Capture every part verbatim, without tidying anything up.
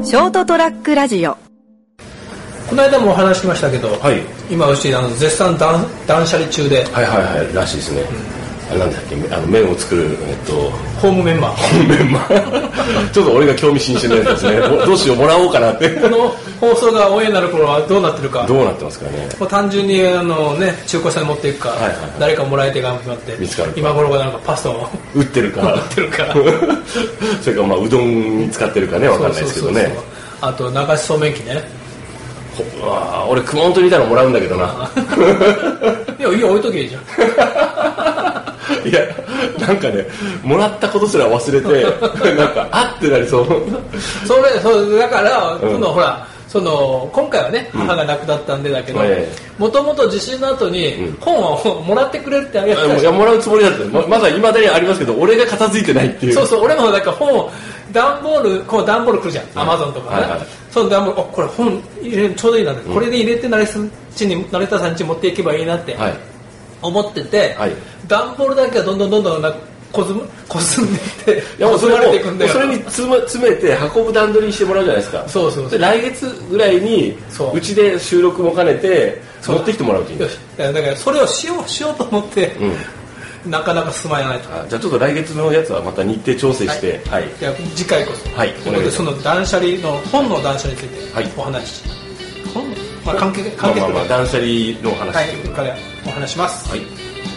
ショートトラックラジオ。 この間もお話ししましたけど、はい、今うちあの絶賛断断捨離中で、 はいはいはいらしいですね。うん、あれなんだっけ、あの麺を作る、えっと、 ホームメンバー。 ホームメンバー。ちょっと俺が興味津々のやつですね。どうしようもらおうかなって。 この放送がオンエアになる頃はどうなってるか。 どうなってますかね。 もう単純にあのね中古車に持っていくか、はいはいはい、誰かもらえて頑張って見つかるか。 今頃がなんかパスタを売ってるか。 売ってるか。 それからまあうどんに使ってるかねわかんないですけどね。そうそうそうそう、あと流しそうめん機ね。 わ俺熊本にいたらもらうんだけどな。 いやいいよ置いとけいいじゃん。 いやなんかねもらったことすら忘れてなんかあってなりそう。 それそうだから、うん、そのほらその今回はね母が亡くなったんでだけど、もともと地震の後に本をもらってくれるってあげたでしょ。 いやもらうつもりだった。 ま, まだいまだにありますけど俺が片付いてないっていう。 そうそう俺もなんか本を段ボールこう段ボール来るじゃん、アマゾンとかね、はいはい、その段ボールこれ本入れちょうどいいなって、うん、これで入れて慣れさんちに慣れたさんち持っていけばいいなって思ってて、はい、段ボールだけはどんどんどんどんなんかこずこすんでいっていやもうそれもそれに詰めて運ぶ段取りにしてもらうじゃないですか。 そうそうそう。 で来月ぐらいにうちで収録も兼ねて持ってきてもらうといいんです。 だからそれをしようしようと思って、うん、なかなか進まないと。 あじゃあちょっと来月のやつはまた日程調整して、はいはい、 じゃあ次回こそ、はい、ということでその断捨離の本の断捨離についてお話し、はい、本、まあ、関係関係まあまあまあ断捨離の話、 はい、からお話します。はい。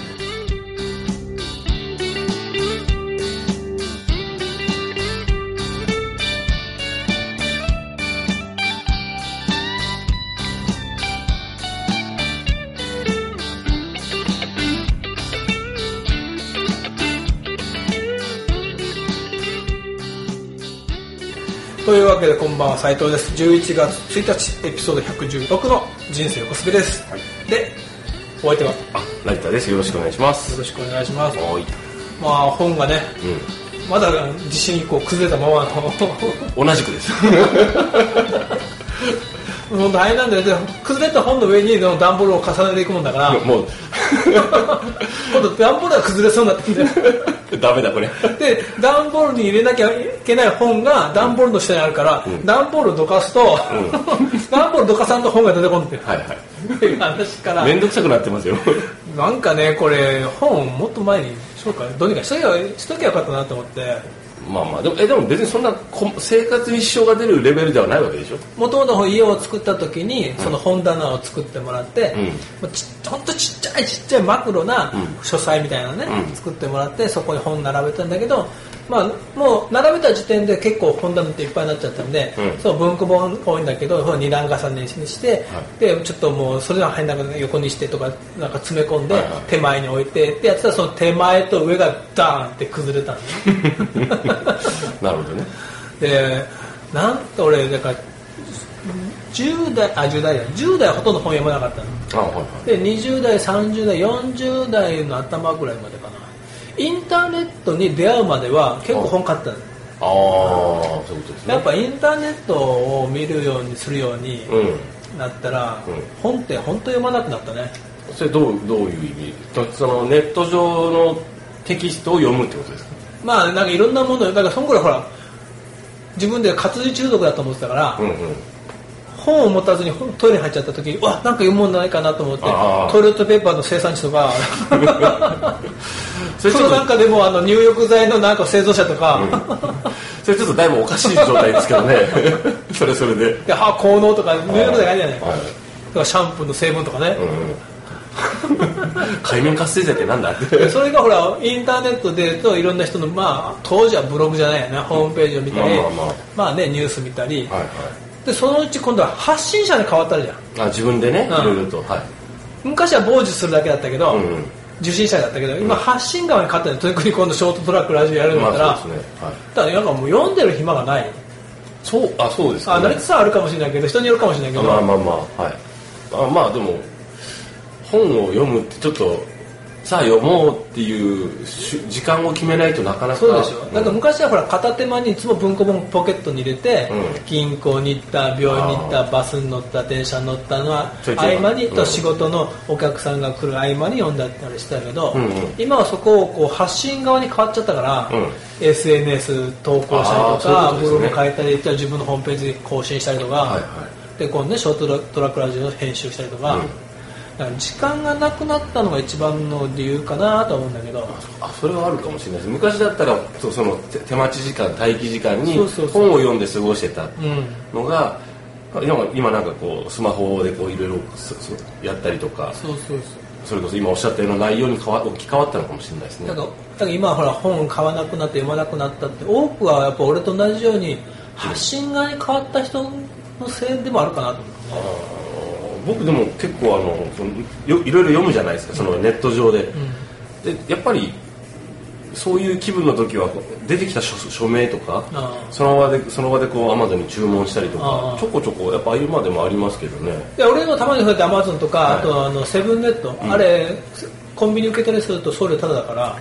というわけでこんばんは斉藤です。じゅういちがつついたちエピソードひゃくじゅうろくの人生横滑りです、はい、でお相手はあ成田です。よろしくお願いします。 よろしくお願いします。はい。まあ本がね、うん、まだ地震以降崩れたままの同じくです。 もう大変なんだよ。崩れた本の上に段ボールを重ねていくもんだからもう今度段ボールが崩れそうになってんだよ。 ダメだこれで段ボールに入れなきゃいけない本が段ボールの下にあるから、うん、段ボールをどかすと、うん、段ボールどかさんと本が出てこんってはいはいっていう話からめんどくさくなってますよ。 なんかねこれ本もっと前にそうかどうにかしときゃしときゃよかったなと思って。 まあまあでもえでも別にそんな生活に支障が出るレベルではないわけでしょ。 もともと家を作った時にその本棚を作ってもらって、うん、ちほんとちっちゃいちっちゃいマクロな書斎みたいなね、うん、作ってもらってそこに本並べたんだけど、まあ、もう並べた時点で結構本棚っていっぱいになっちゃったんで、うん、そう文庫本多いんだけど二段重ねにして、はい、でちょっともうそれの変な横にしてとかなんか詰め込んで、はいはい、手前に置いてってやってたらその手前と上がダーンって崩れたんでなるほどね。 でなんと俺だからじゅう代あじゅう代だじゅう代はほとんど本読まなかったの。あ、はいはい、でにじゅう代さんじゅう代よんじゅう代の頭ぐらいまでかな。インターネットに出会うまでは結構本買ったの。ああそういうことですね。 やっぱインターネットを見るようにするようになったら、うんうん、本って本当読まなくなったね。 それどうどういう意味？そのネット上のテキストを読むってことですか？ まあなんかいろんなものだからそんぐらいほら自分で活字中毒だと思ってたから、うんうん、本を持たずにトイレに入っちゃった時にうわなんか読むものないかなと思ってトイレットペーパーの生産地とかそのなんかでもあの入浴剤のなんか製造者とか、うん、 それちょっとだいぶおかしい状態ですけどね。それそれでで歯効能とか入浴剤ないじゃない、はい、とかシャンプーの成分とかね、うん海面活性剤ってなんだってそれがほらインターネットでといろんな人のまあ当時はブログじゃないよね、ホームページを見たり、まあまあまあ、まあねニュース見たり、はいはい、でそのうち今度は発信者に変わったじゃん。 あ自分でね、うん、いろいろと、はい、 昔は傍受するだけだったけど、うんうん、受信者だったけど今発信側に変わったんで特に今度ショートトラックラジオやるんだったら、まあそうですね、はい、だからなんかもう読んでる暇がない。 そうあそうですか、ね、 あ成田さんあるかもしれないけど人によるかもしれないけどまあまあまあはいあまあでも本を読むってちょっとさあ読もうっていう時間を決めないとなかなか。 そうでしょ、うん、なんか昔はほら片手間にいつも文庫本ポケットに入れて、うん、銀行に行った病院に行ったバスに乗った電車に乗ったのは合間に、うん、と仕事のお客さんが来る合間に読んだったりしたけど、うんうん、今はそこをこう発信側に変わっちゃったから、うん、エスエヌエス 投稿したりとか、ブログ書いたり、自分のホームページに更新したりとか、はいはい、で今度ねショートトラックラジオの編集したりとか、うん、だから時間がなくなったのが一番の理由かなと思うんだけど。 あ、それはあるかもしれないです。昔だったらその手待ち時間待機時間に本を読んで過ごしてたのが、うん、今, 今なんかこうスマホでこういろいろやったりとか、 そうそうそう、 それこそ今おっしゃったような内容に変わ置き換わったのかもしれないですね。 だからだから今はほら本買わなくなって読まなくなったって多くはやっぱ俺と同じように発信側に変わった人のせいでもあるかなと思う、ね。 僕でも結構あのそのよいろいろ読むじゃないですか、そのネット上で、うん、でやっぱりそういう気分の時は出てきた 書, 署名とかその場でその場でこうアマゾンに注文したりとかちょこちょこやっぱ今でもありますけどね。 いや俺のたまにそうやってアマゾンとか、はい、あとあのセブンネット、うん、あれコンビニ受け取りすると送料タダだから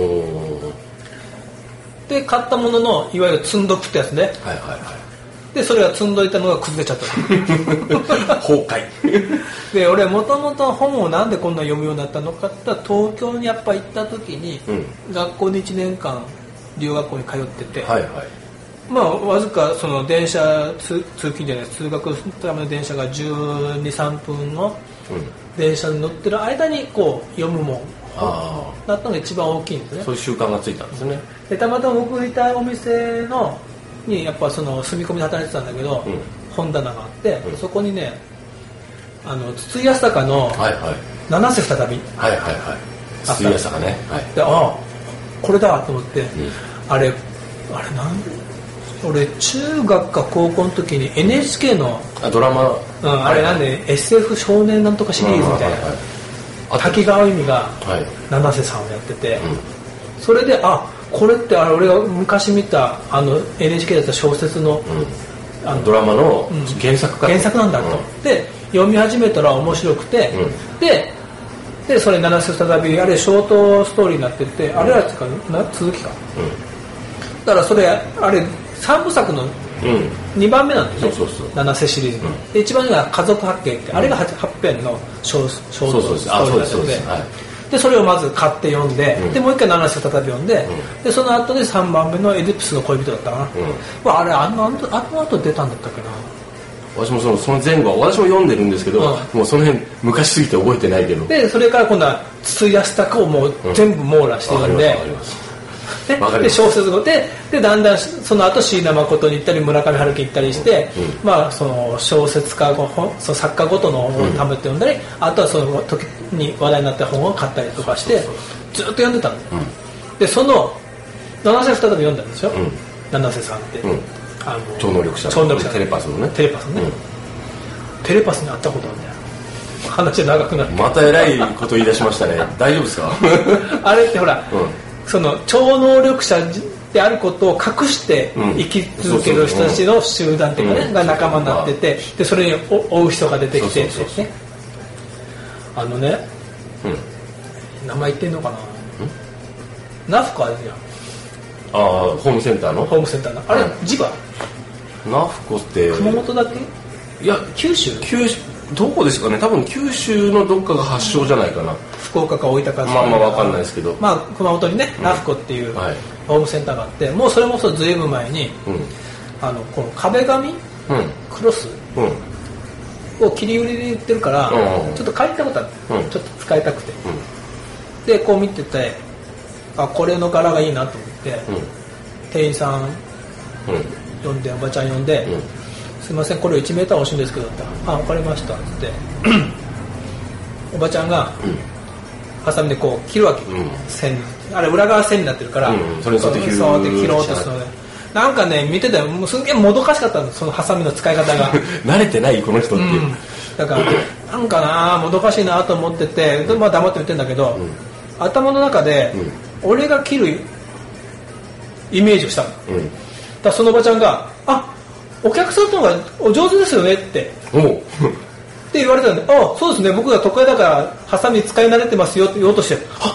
で買ったもののいわゆる積んどくってやつね、はいはいはい、でそれが積んどいたのが崩れちゃった崩壊で俺もともと本をなんでこんな読むようになったのかって東京にやっぱ行った時に、うん、学校にいちねんかん留学校に通ってて、はいはい、まあわずかその電車 通, 通勤じゃない通学するための電車がじゅうに、さんぷんの電車に乗ってる間にこう読むもんだったのが一番大きいんですね。 そういう習慣がついたんですね。 でたまたま僕いたお店のにやっぱその住み込みで働いてたんだけど、うん、本棚があって、うん、そこにねあの筒井康隆の「七瀬再び」 はいはいはい筒井康隆ね、はい、 でああこれだと思って、うん、あれあれなん俺中学か高校の時に エヌエイチケー のあドラマ、 うん、あれなんで、はいはい、エスエフ 少年なんとかシリーズみたいな、滝川由美が七瀬さんをやってて、うん、それであこれってあれ俺が昔見たあの エヌエイチケー だった小説の、 うん、あのドラマの原作か、 うん、原作なんだと、うん、で読み始めたら面白くて、うん、ででそれ七瀬再びあれショートストーリーになってて、うん、あれはつかな続きか、うん、だからそれあれさんぶさくのにばんめなんですよ、そうそうそう七瀬シリーズの、うん、でいちばんめが家族発見って、うん、あれがはち編のショートストーリーだったのででそれをまず買って読んで、うん、でもう一回七瀬再び読んで、うん、でその後でさんばんめのエディプスの恋人だったかな、うん、あれあのあのあの後出たんだったっけな。 私もそのその前後は私も読んでるんですけど、うん、もうその辺昔すぎて覚えてないけどでそれから今度は筒井康隆をもう全部網羅してるんで、うん、で小説ででだんだんその後椎名誠に行ったり村上春樹行ったりして、うん、まあその小説家その作家ごとの本を食べて読んだり、うん、あとはその時に話題になった本を買ったりとかしてずっと読んでたんです、うん、でその七瀬再び読んだんですよ、うん、七瀬さんって、うん、あの超能力者超能力者テレパスのねテレパスね、うん、テレパスに会ったことあるんだよ。話長くなってまた偉いこと言い出しましたね大丈夫ですかあれってほら、うん、その超能力者であることを隠して生き続ける人たちの集団っていうかね、うん、が仲間になってて、でそれに追う人が出てきてってね、あのね、うん、名前言ってんのかな、ナフコあるじゃん。 ああホームセンターのホームセンターのあれ、うん、地場ナフコって熊本だけいや九州九州どこですかね。多分九州のどっかが発祥じゃないかな、うん、 福岡か大分かまあまあ分かんないですけど、 まあ、熊本にね、うん、ナフコっていう、はい、ホームセンターがあって、もうそれもそうずいぶん前に、うん、あのこの壁紙、うん、クロス、うん、を切り売りで売ってるから、うん、ちょっと借りたことある、うん、ちょっと使いたくて、うん、でこう見ててあこれの柄がいいなと思って、うん、店員さん、うん、呼んでおばちゃん呼んで、うん、すいませんこれいちメーター欲しいんですけどってあ分かりましたっておばちゃんが、うん、ハサミでこう切るわけ、うん、線あれ裏側線になってるから、うん、 それに沿って切ろうとするのでなんかね見てたよもうすんげえもどかしかったのそのハサミの使い方が慣れてないこの人って、うん、 だからなんかなもどかしいなと思っててで、まあ、黙って言ってんだけど、うん、頭の中で、うん、俺が切るイメージをしたの、うん、だからそのおばちゃんがあお客さんの方がお上手ですよねってって言われたんであそうですね僕が都会だからハサミ使い慣れてますよって言おうとしてあ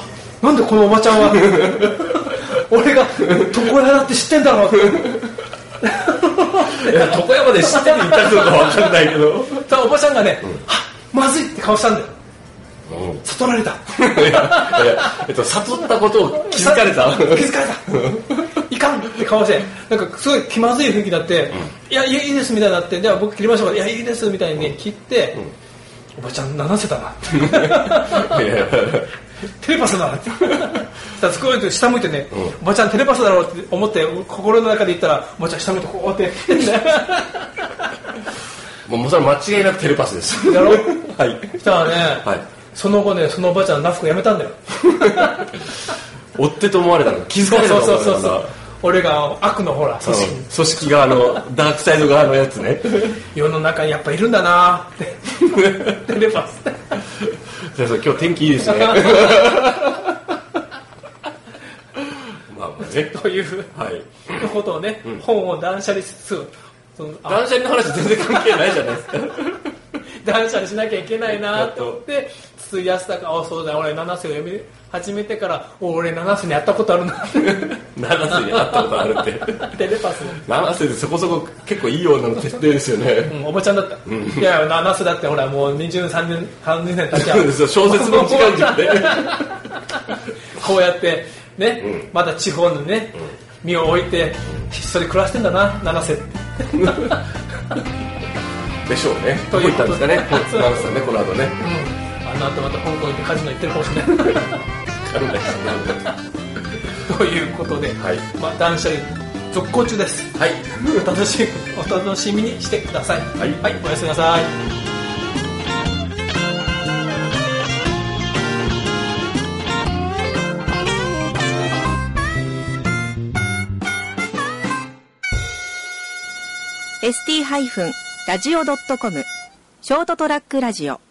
なんでこのおばちゃんは俺が床屋だって知ってんだろうっていや床屋まで知ってて言ったのか分かんないけどおばちゃんがね、うん、はっまずいって顔したんだよ、うん、悟られたいやいや、えっと、悟ったことを気づかれた気づかれたいかんって顔してなんかすごい気まずい雰囲気になって、うん、いやいいですみたいになってじゃあ僕切りましょうかいやいいですみたいに、ね、切って、うん、おばちゃんななせたないやテレパスだなってすごい下向いてね、うん、おばちゃんテレパスだろうって思って心の中で言ったらおばちゃん下向いてこうやってもうそれ間違いなくテレパスですだろはいしたらね、はい、その後ねそのおばちゃんナフコやめたんだよ追ってと思われたの気づかれたのそうそうそうそう俺が悪のほら組織組織側のダークサイド側のやつね世の中にやっぱいるんだなってテレパス今日天気いいですねまあまあねという、はい、ことをね、うん、本を断捨離しつつその断捨離の話全然関係ないじゃないですか断捨離しなきゃいけないなと思って筒井康隆あそうだ俺七瀬を読み始めてから俺七瀬にやったことあるな七瀬にやったことあるってテレパス七瀬でそこそこ結構いいような設定ですよね、 うん、おばちゃんだった、うん、いや七瀬だってほらもうにじゅうさんねんさんじゅうねん経っちゃう小説の時間軸でこうやってね、うん、まだ地方にね、うん、身を置いてひっそり暮らしてんだな七瀬ってでしょうねどこ行ったんですかね七瀬さんねこの後ね、 うん、あの後また香港行ってカジノ行ってるかもしれないということで、はいまあ、断捨離続行中です、はい、お楽しみお楽しみにしてください、はいはい、おやすみなさい。 エスティー ラジオ ドットコム ショートトラックラジオ